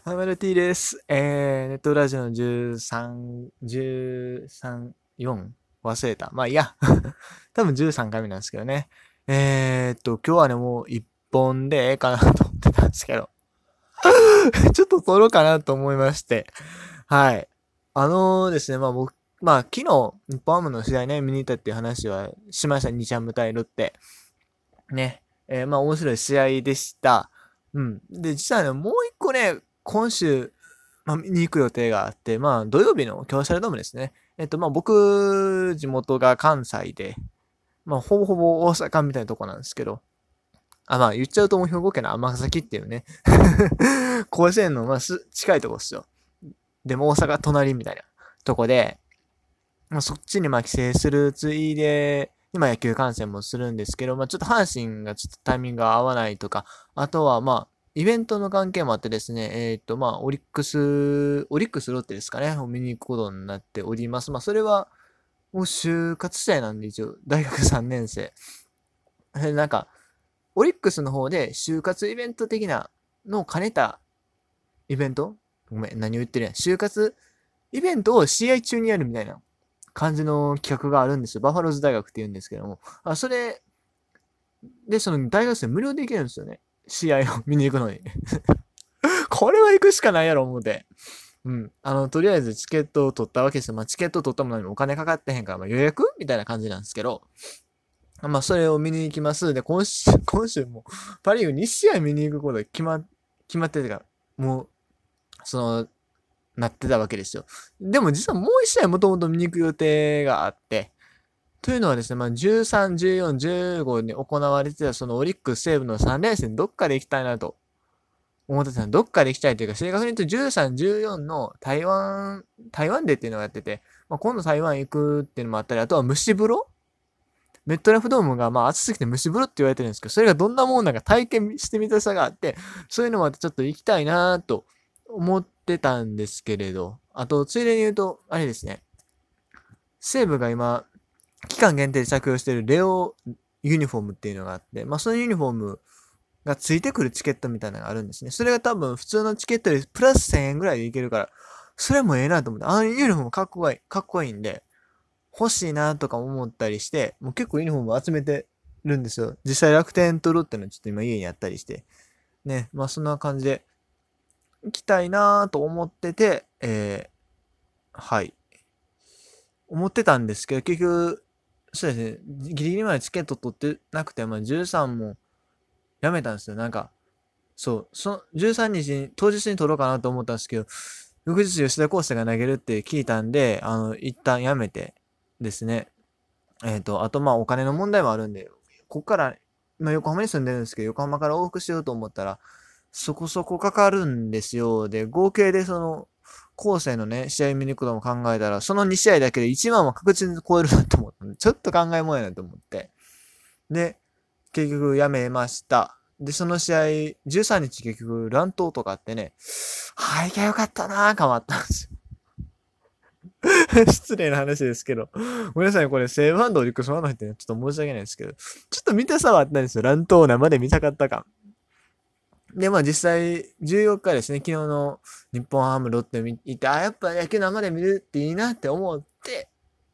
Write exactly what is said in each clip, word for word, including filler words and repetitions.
ハマルティです。えー、ネットラジオのじゅうさん、じゅうさん、よん? 忘れた。まあいいや。多分じゅうさんかいめなんですけどね。えーっと、今日はね、もう一本でええかなと思ってたんですけど。ちょっと撮ろうかなと思いまして。はい。あのーですね、まあ僕、まあ昨日、日本ハムの試合ね、見に行ったっていう話はしました。にちゃん対ロッテ。ね。えーまあ面白い試合でした。うん。で、実はね、もう一個ね、今週、まあ、見に行く予定があって、まあ、土曜日の京セラドームですね。えっと、まあ、僕、地元が関西で、まあ、ほぼほぼ大阪みたいなとこなんですけど、あ、まあ、言っちゃうともう兵庫県の尼崎っていうね、甲子園の、まあ、す近いとこですよ。でも大阪隣みたいなとこで、まあ、そっちにまあ帰省するついで、今野球観戦もするんですけど、まあちょっと阪神がちょっとタイミングが合わないとか、あとはまあ、イベントの関係もあってですね、えっ、とまあ、オリックス、オリックスロッテですかね、を見に行くことになっております。まあそれは、もう就活生なんで一応、大学さんねん生。でなんか、オリックスの方で就活イベント的なのを兼ねたイベントごめん、何を言ってるやん。就活イベントを試合中にやるみたいな感じの企画があるんですよ。バファローズ大学って言うんですけども。あ、それで、その大学生無料で行けるんですよね。試合を見に行くのに。これは行くしかないやろ、思うて。うん。あの、とりあえずチケットを取ったわけですよ。まあ、チケットを取ったものにお金かかってへんから、まあ、予約みたいな感じなんですけど。まあ、それを見に行きます。で、今週、今週も、パリーグに試合見に行くことが決ま、決まっててから、もう、その、なってたわけですよ。でも実はもう一試合もともと見に行く予定があって、というのはですね、まあ、じゅうさん、じゅうよん、じゅうごに行われてたそのオリックス西武のさん連戦どっかで行きたいなと思ってたの。どっかで行きたいというか、正確に言うとじゅうさん、じゅうよんの台湾、台湾デーっていうのをやってて、まあ、今度台湾行くっていうのもあったり、あとは蒸し風呂メットラフドームがまあ暑すぎて蒸し風呂って言われてるんですけど、それがどんなもんなんか体験してみたさがあって、そういうのもあってちょっと行きたいなと思ってたんですけれど、あと、ついでに言うと、あれですね、西武が今、期間限定で着用しているレオユニフォームっていうのがあって、まあそのユニフォームがついてくるチケットみたいなのがあるんですね。それが多分普通のチケットよりプラスせんえんぐらいでいけるから、それもええなと思って、あのユニフォームかっこいい、かっこいいんで、欲しいなとか思ったりして、もう結構ユニフォーム集めてるんですよ。実際楽天とロッテのちょっと今家にあったりして。ね、まあそんな感じで行きたいなと思ってて、えー、はい。思ってたんですけど、結局、そうですね、ギリギリまでチケット取ってなくて、まあじゅうさんもやめたんですよ。なんか、そう、そのじゅうさんにちに、当日に取ろうかなと思ったんですけど、翌日吉田康生が投げるって聞いたんで、あの、一旦やめてですね。えっ、と、あとまあお金の問題もあるんで、こっから、まあ横浜に住んでるんですけど、横浜から往復しようと思ったら、そこそこかかるんですよ。で、合計でその、後世のね、試合見に行くのも考えたら、そのに試合だけでいちまんは確実に超えるなと思ったんで、ちょっと考えもんやなと思って。で、結局やめました。で、その試合、じゅうさんにち結局乱闘とかあってね、はい、行きゃよかったなー変わったんですよ。失礼な話ですけど。ごめんなさい、これ、セーブハンドオリックスファンの人にはちょっと申し訳ないですけど、ちょっと見たさはあったんですよ。乱闘を生で見たかったか。で、まあ実際、じゅうよっかですね、昨日の日本ハムロッテ見て、あ、やっぱ野球生で見るっていいなって思って、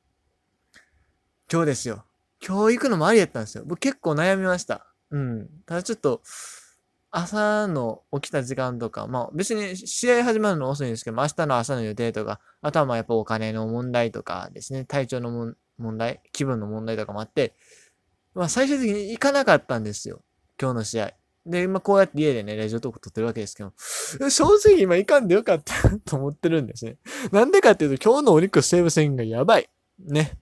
今日ですよ。今日行くのもありやったんですよ。僕結構悩みました。うん。ただちょっと、朝の起きた時間とか、まあ別に試合始まるの遅いんですけど、明日の朝の予定とか、あとはまあやっぱお金の問題とかですね、体調のもん問題、気分の問題とかもあって、まあ最終的に行かなかったんですよ。今日の試合。で、今こうやって家でね、ラジオトーク撮ってるわけですけど、正直今行かんでよかったと思ってるんですね。なんでかっていうと、今日のオリックス西武戦がやばい。ね。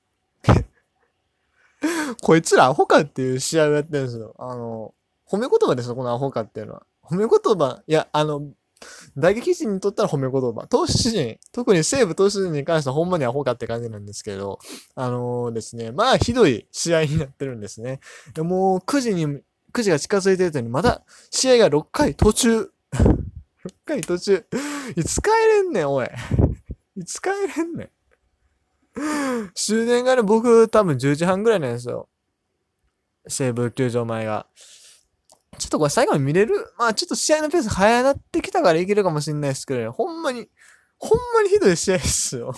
こいつらアホかっていう試合をやってるんですよ。あの、褒め言葉ですよ、このアホかっていうのは。褒め言葉、いや、あの、打撃陣にとったら褒め言葉。投手陣、特に西武投手陣に関してはほんまにアホかって感じなんですけど、あのーですね、まあひどい試合になってるんですね。でもうくじに、くじが近づいてるのに、まだ試合がろっかい途中。ろっかい途中。いつ帰れんねん、おい。いつ帰れんねん。終電がね、僕多分じゅうじはんぐらいなんですよ。西武球場前が。 ちょっとこれ最後に見れるまあちょっと試合のペース早なってきたからいけるかもしれないですけどね。ほんまに、ほんまにひどい試合っすよ。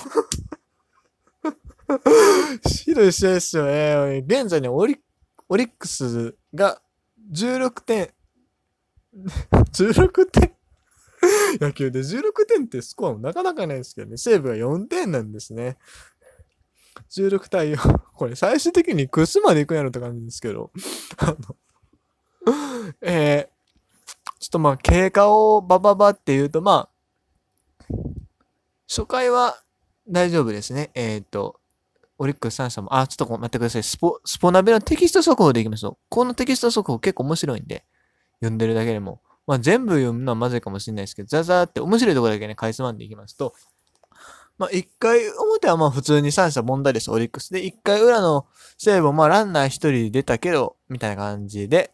ひどい試合っすよね。現在ね、オリ、オリックスがじゅうろくてん、じゅうろくてん野球でじゅうろくてんってスコアもなかなかないですけどね。西武がよんてんなんですね。じゅうろくたいよん。これ最終的にクスまで行くんやろって感じですけど。あの、えー、ちょっとまあ経過をバババって言うとまあ、初回は大丈夫ですね。えっ、ー、と、オリックスさん社も、あ、ちょっと待ってください。スポ、スポナビのテキスト速報でいきましょう。このテキスト速報結構面白いんで、読んでるだけでも。まあ全部読むのはまずいかもしれないですけど、ザザーって面白いところだけね、かいつまんでいきますと、まあいっかい表はまあ普通に三者凡退です、オリックスで。いっかい裏の西武まあランナーひとり出たけど、みたいな感じで、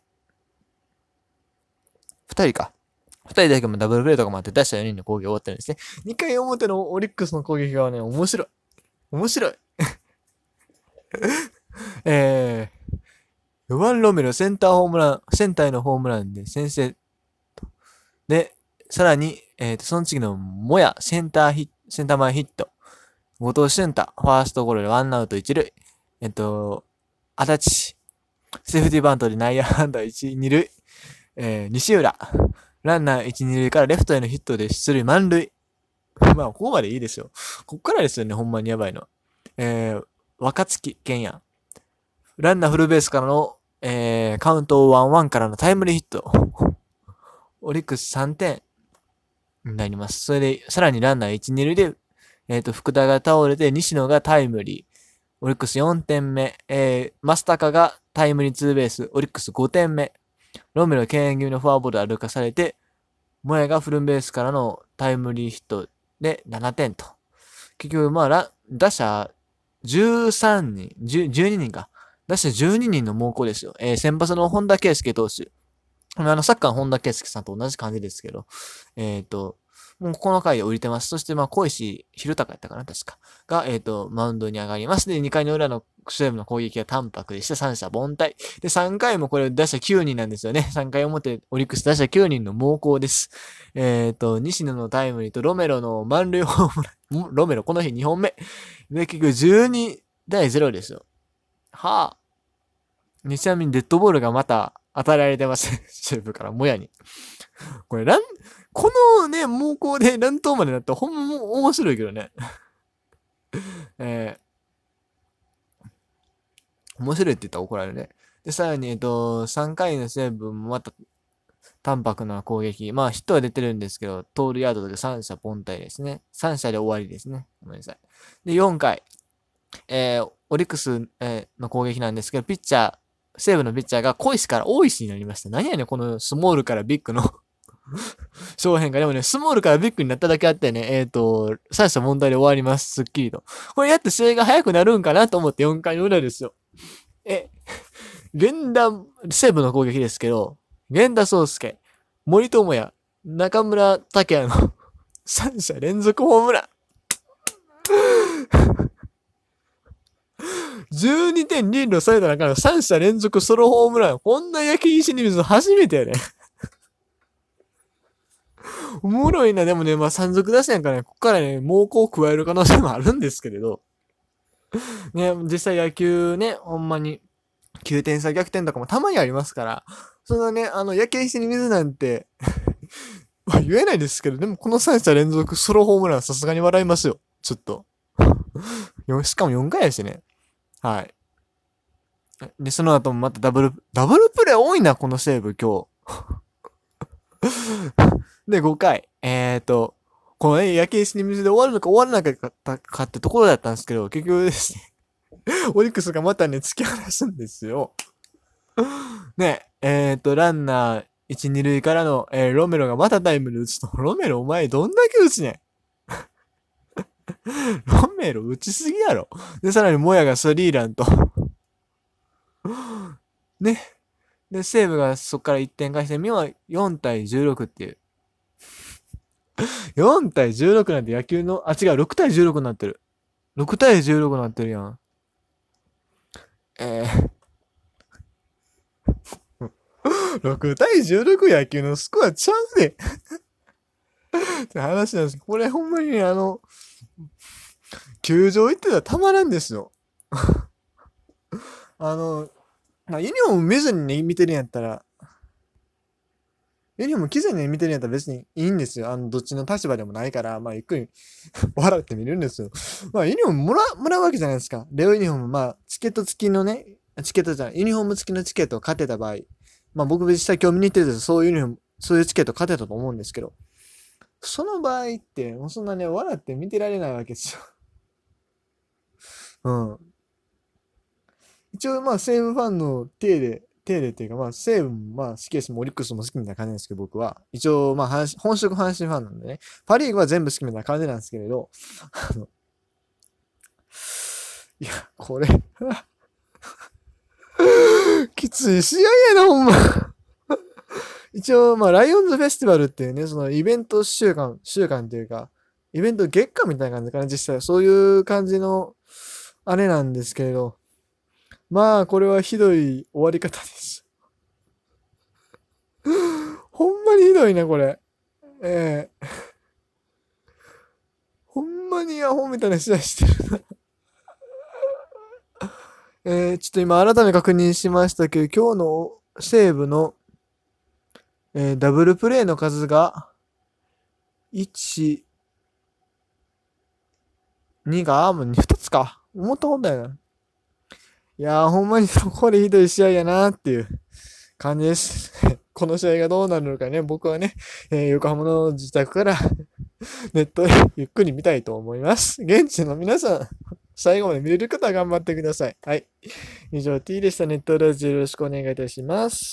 ふたりか。ふたりだけもダブルプレーとかもあって出したよにんの攻撃終わってるんですね。にかい表のオリックスの攻撃がね、面白い。面白い。えー、よんばんロメロセンターホームラン、センターへのホームランで先制。で、さらに、えーと、その次のモヤ、センターヒット、センター前ヒット。後藤俊太、ファーストゴロでワンアウト一塁。えっと、足立、セーフティーバントで内野安打いち、二塁。えー、西浦、ランナーいち、二塁からレフトへのヒットで出塁満塁。まあ、ここまでいいですよ。こっからですよね、ほんまにやばいの。えー、若月健也。ランナーフルベースからの、えー、カウントワンワンからのタイムリーヒット。オリックスさんてんになります。それで、さらにランナーいち、二塁で、えっ、ー、と、福田が倒れて、西野がタイムリー。オリックスよんてんめ。えー、マスタカがタイムリーツーベース。オリックスごてんめ。ロメロ敬遠気味のフォアボール歩かされて、モヤがフルベースからのタイムリーヒットでななてんと。結局、まあ、打者じゅうさんにん、じゅうににんか。打者じゅうににんの猛攻ですよ。えー、先発の本田圭佑投手。あの、サッカーの本田圭佑さんと同じ感じですけど、えっ、ー、と、もうこの回で降りてます。そして、まあ、小石弘隆やったかな、確か。が、えっ、ー、と、マウンドに上がります。で、にかいの裏の西武の攻撃が淡白でして、三者凡退。で、さんかいもこれ打者きゅうにんなんですよね。さんかい表、オリックス打者きゅうにんの猛攻です。えっ、ー、と、西野のタイムリーとロメロの満塁ホームラン。ロメロこの日にほんめ。で、結局じゅうにたいゼロですよ。はぁ。ちなみにデッドボールがまた与えられてます。西武からもやに。これ、ラン、このね、猛攻で乱闘までなったらほんま面白いけどね。えー、面白いって言ったら怒られるね。で、さらに、えっと、さんかいの西武もまた、淡白な攻撃。まあ、ヒットは出てるんですけど、トールヤードでさん者凡退ですね。さん者で終わりですね。ごめんなさい。で、よんかい。えー、オリックス、えー、の攻撃なんですけど、ピッチャー、西武のピッチャーが小石から大石になりました。何やねん、このスモールからビッグの小変化。でもね、スモールからビッグになっただけあってね、えっ、ー、と、三者問題で終わります。すっきりと。これやって試合が早くなるんかなと思ってよんかいの裏ですよ。え、源田、西武の攻撃ですけど、源田壮介、森友哉、中村拓也の三者連続ホームラン。じゅうにてんリードされた中のさん者連続ソロホームラン。こんな焼き石に水初めてやね。おもろいな。でもね、まあ、山賊出しやんからね、こっからね、猛攻を加える可能性もあるんですけれど。ね、実際野球ね、ほんまに、きゅうてん差逆転とかもたまにありますから、そのね、あの、焼け石に水なんてまあ言えないですけど、でもこのさん者連続ソロホームランさすがに笑いますよ。ちょっと。しかもよんかいやしね。はい。で、その後もまたダブル、ダブルプレイ多いな、このセーブ今日。で、ごかい。えーと、このね、焼け石に水で終わるのか終わらなかったかってところだったんですけど、結局ですね、オリックスがまたね、突き放すんですよ。ね、えーと、ランナーいち、に塁からの、えー、ロメロがまたタイムで打つと、ロメロお前どんだけ打つねん。ロメロ打ちすぎやろ。で、さらにモヤがスリーランと。ね。で、西武がそこからいってん返して、ミはよんたいじゅうろくっていう。よんたいじゅうろくなんて野球の、あ、違う、ろくたいじゅうろくになってる。ろくたいじゅうろくになってるやん。えー、 ろく対じゅうろく野球のスコアちゃうで。って話なんですけど、これほんまにね、あの、球場行ってたらたまらんですよ。あの、まあ、ユニフォーム見ずにね、見てるんやったら、ユニフォーム着ずにね見てるんやったら別にいいんですよ。あの、どっちの立場でもないから、まあ、ゆっくり笑って見るんですよ。まあ、ユニフォームもら、もらうわけじゃないですか。レオユニフォーム、まあ、チケット付きのね、チケットじゃない、ユニフォーム付きのチケットを買ってた場合、まあ、僕実際今日見に行ってるんですそういうユニフォーム、そういうチケット買ってたと思うんですけど、その場合って、もうそんなね、笑って見てられないわけですよ。うん。一応、まあ、西武ファンの体で、体でっていうか、まあ、西武もまあ好きですし、オリックスも好きみたいな感じなんですけど、僕は。一応、まあ、阪神本職阪神ファンなんでね。パリーグは全部好きみたいな感じなんですけれど、あの、いや、これきつい試合やな、ほんま。一応、まあ、ライオンズフェスティバルっていうね、そのイベント週間、週間っていうか、イベント月間みたいな感じかな、実際。そういう感じの、あれなんですけれど、まあ、これはひどい終わり方です。ほんまにひどいな、これ。ええほんまにアホみたいな試合してる。えー、ちょっと今改め確認しましたけど、今日の西武の、えーダブルプレーの数が、いち、にが、もうふたつか。思ったことないな。いやー、ほんまにこれひどい試合やなーっていう感じです。この試合がどうなるのかね、僕はね、えー横浜の自宅からネットでゆっくり見たいと思います。現地の皆さん、最後まで見れる方は頑張ってください。はい。以上 T でした。ネットラジオよろしくお願いいたします。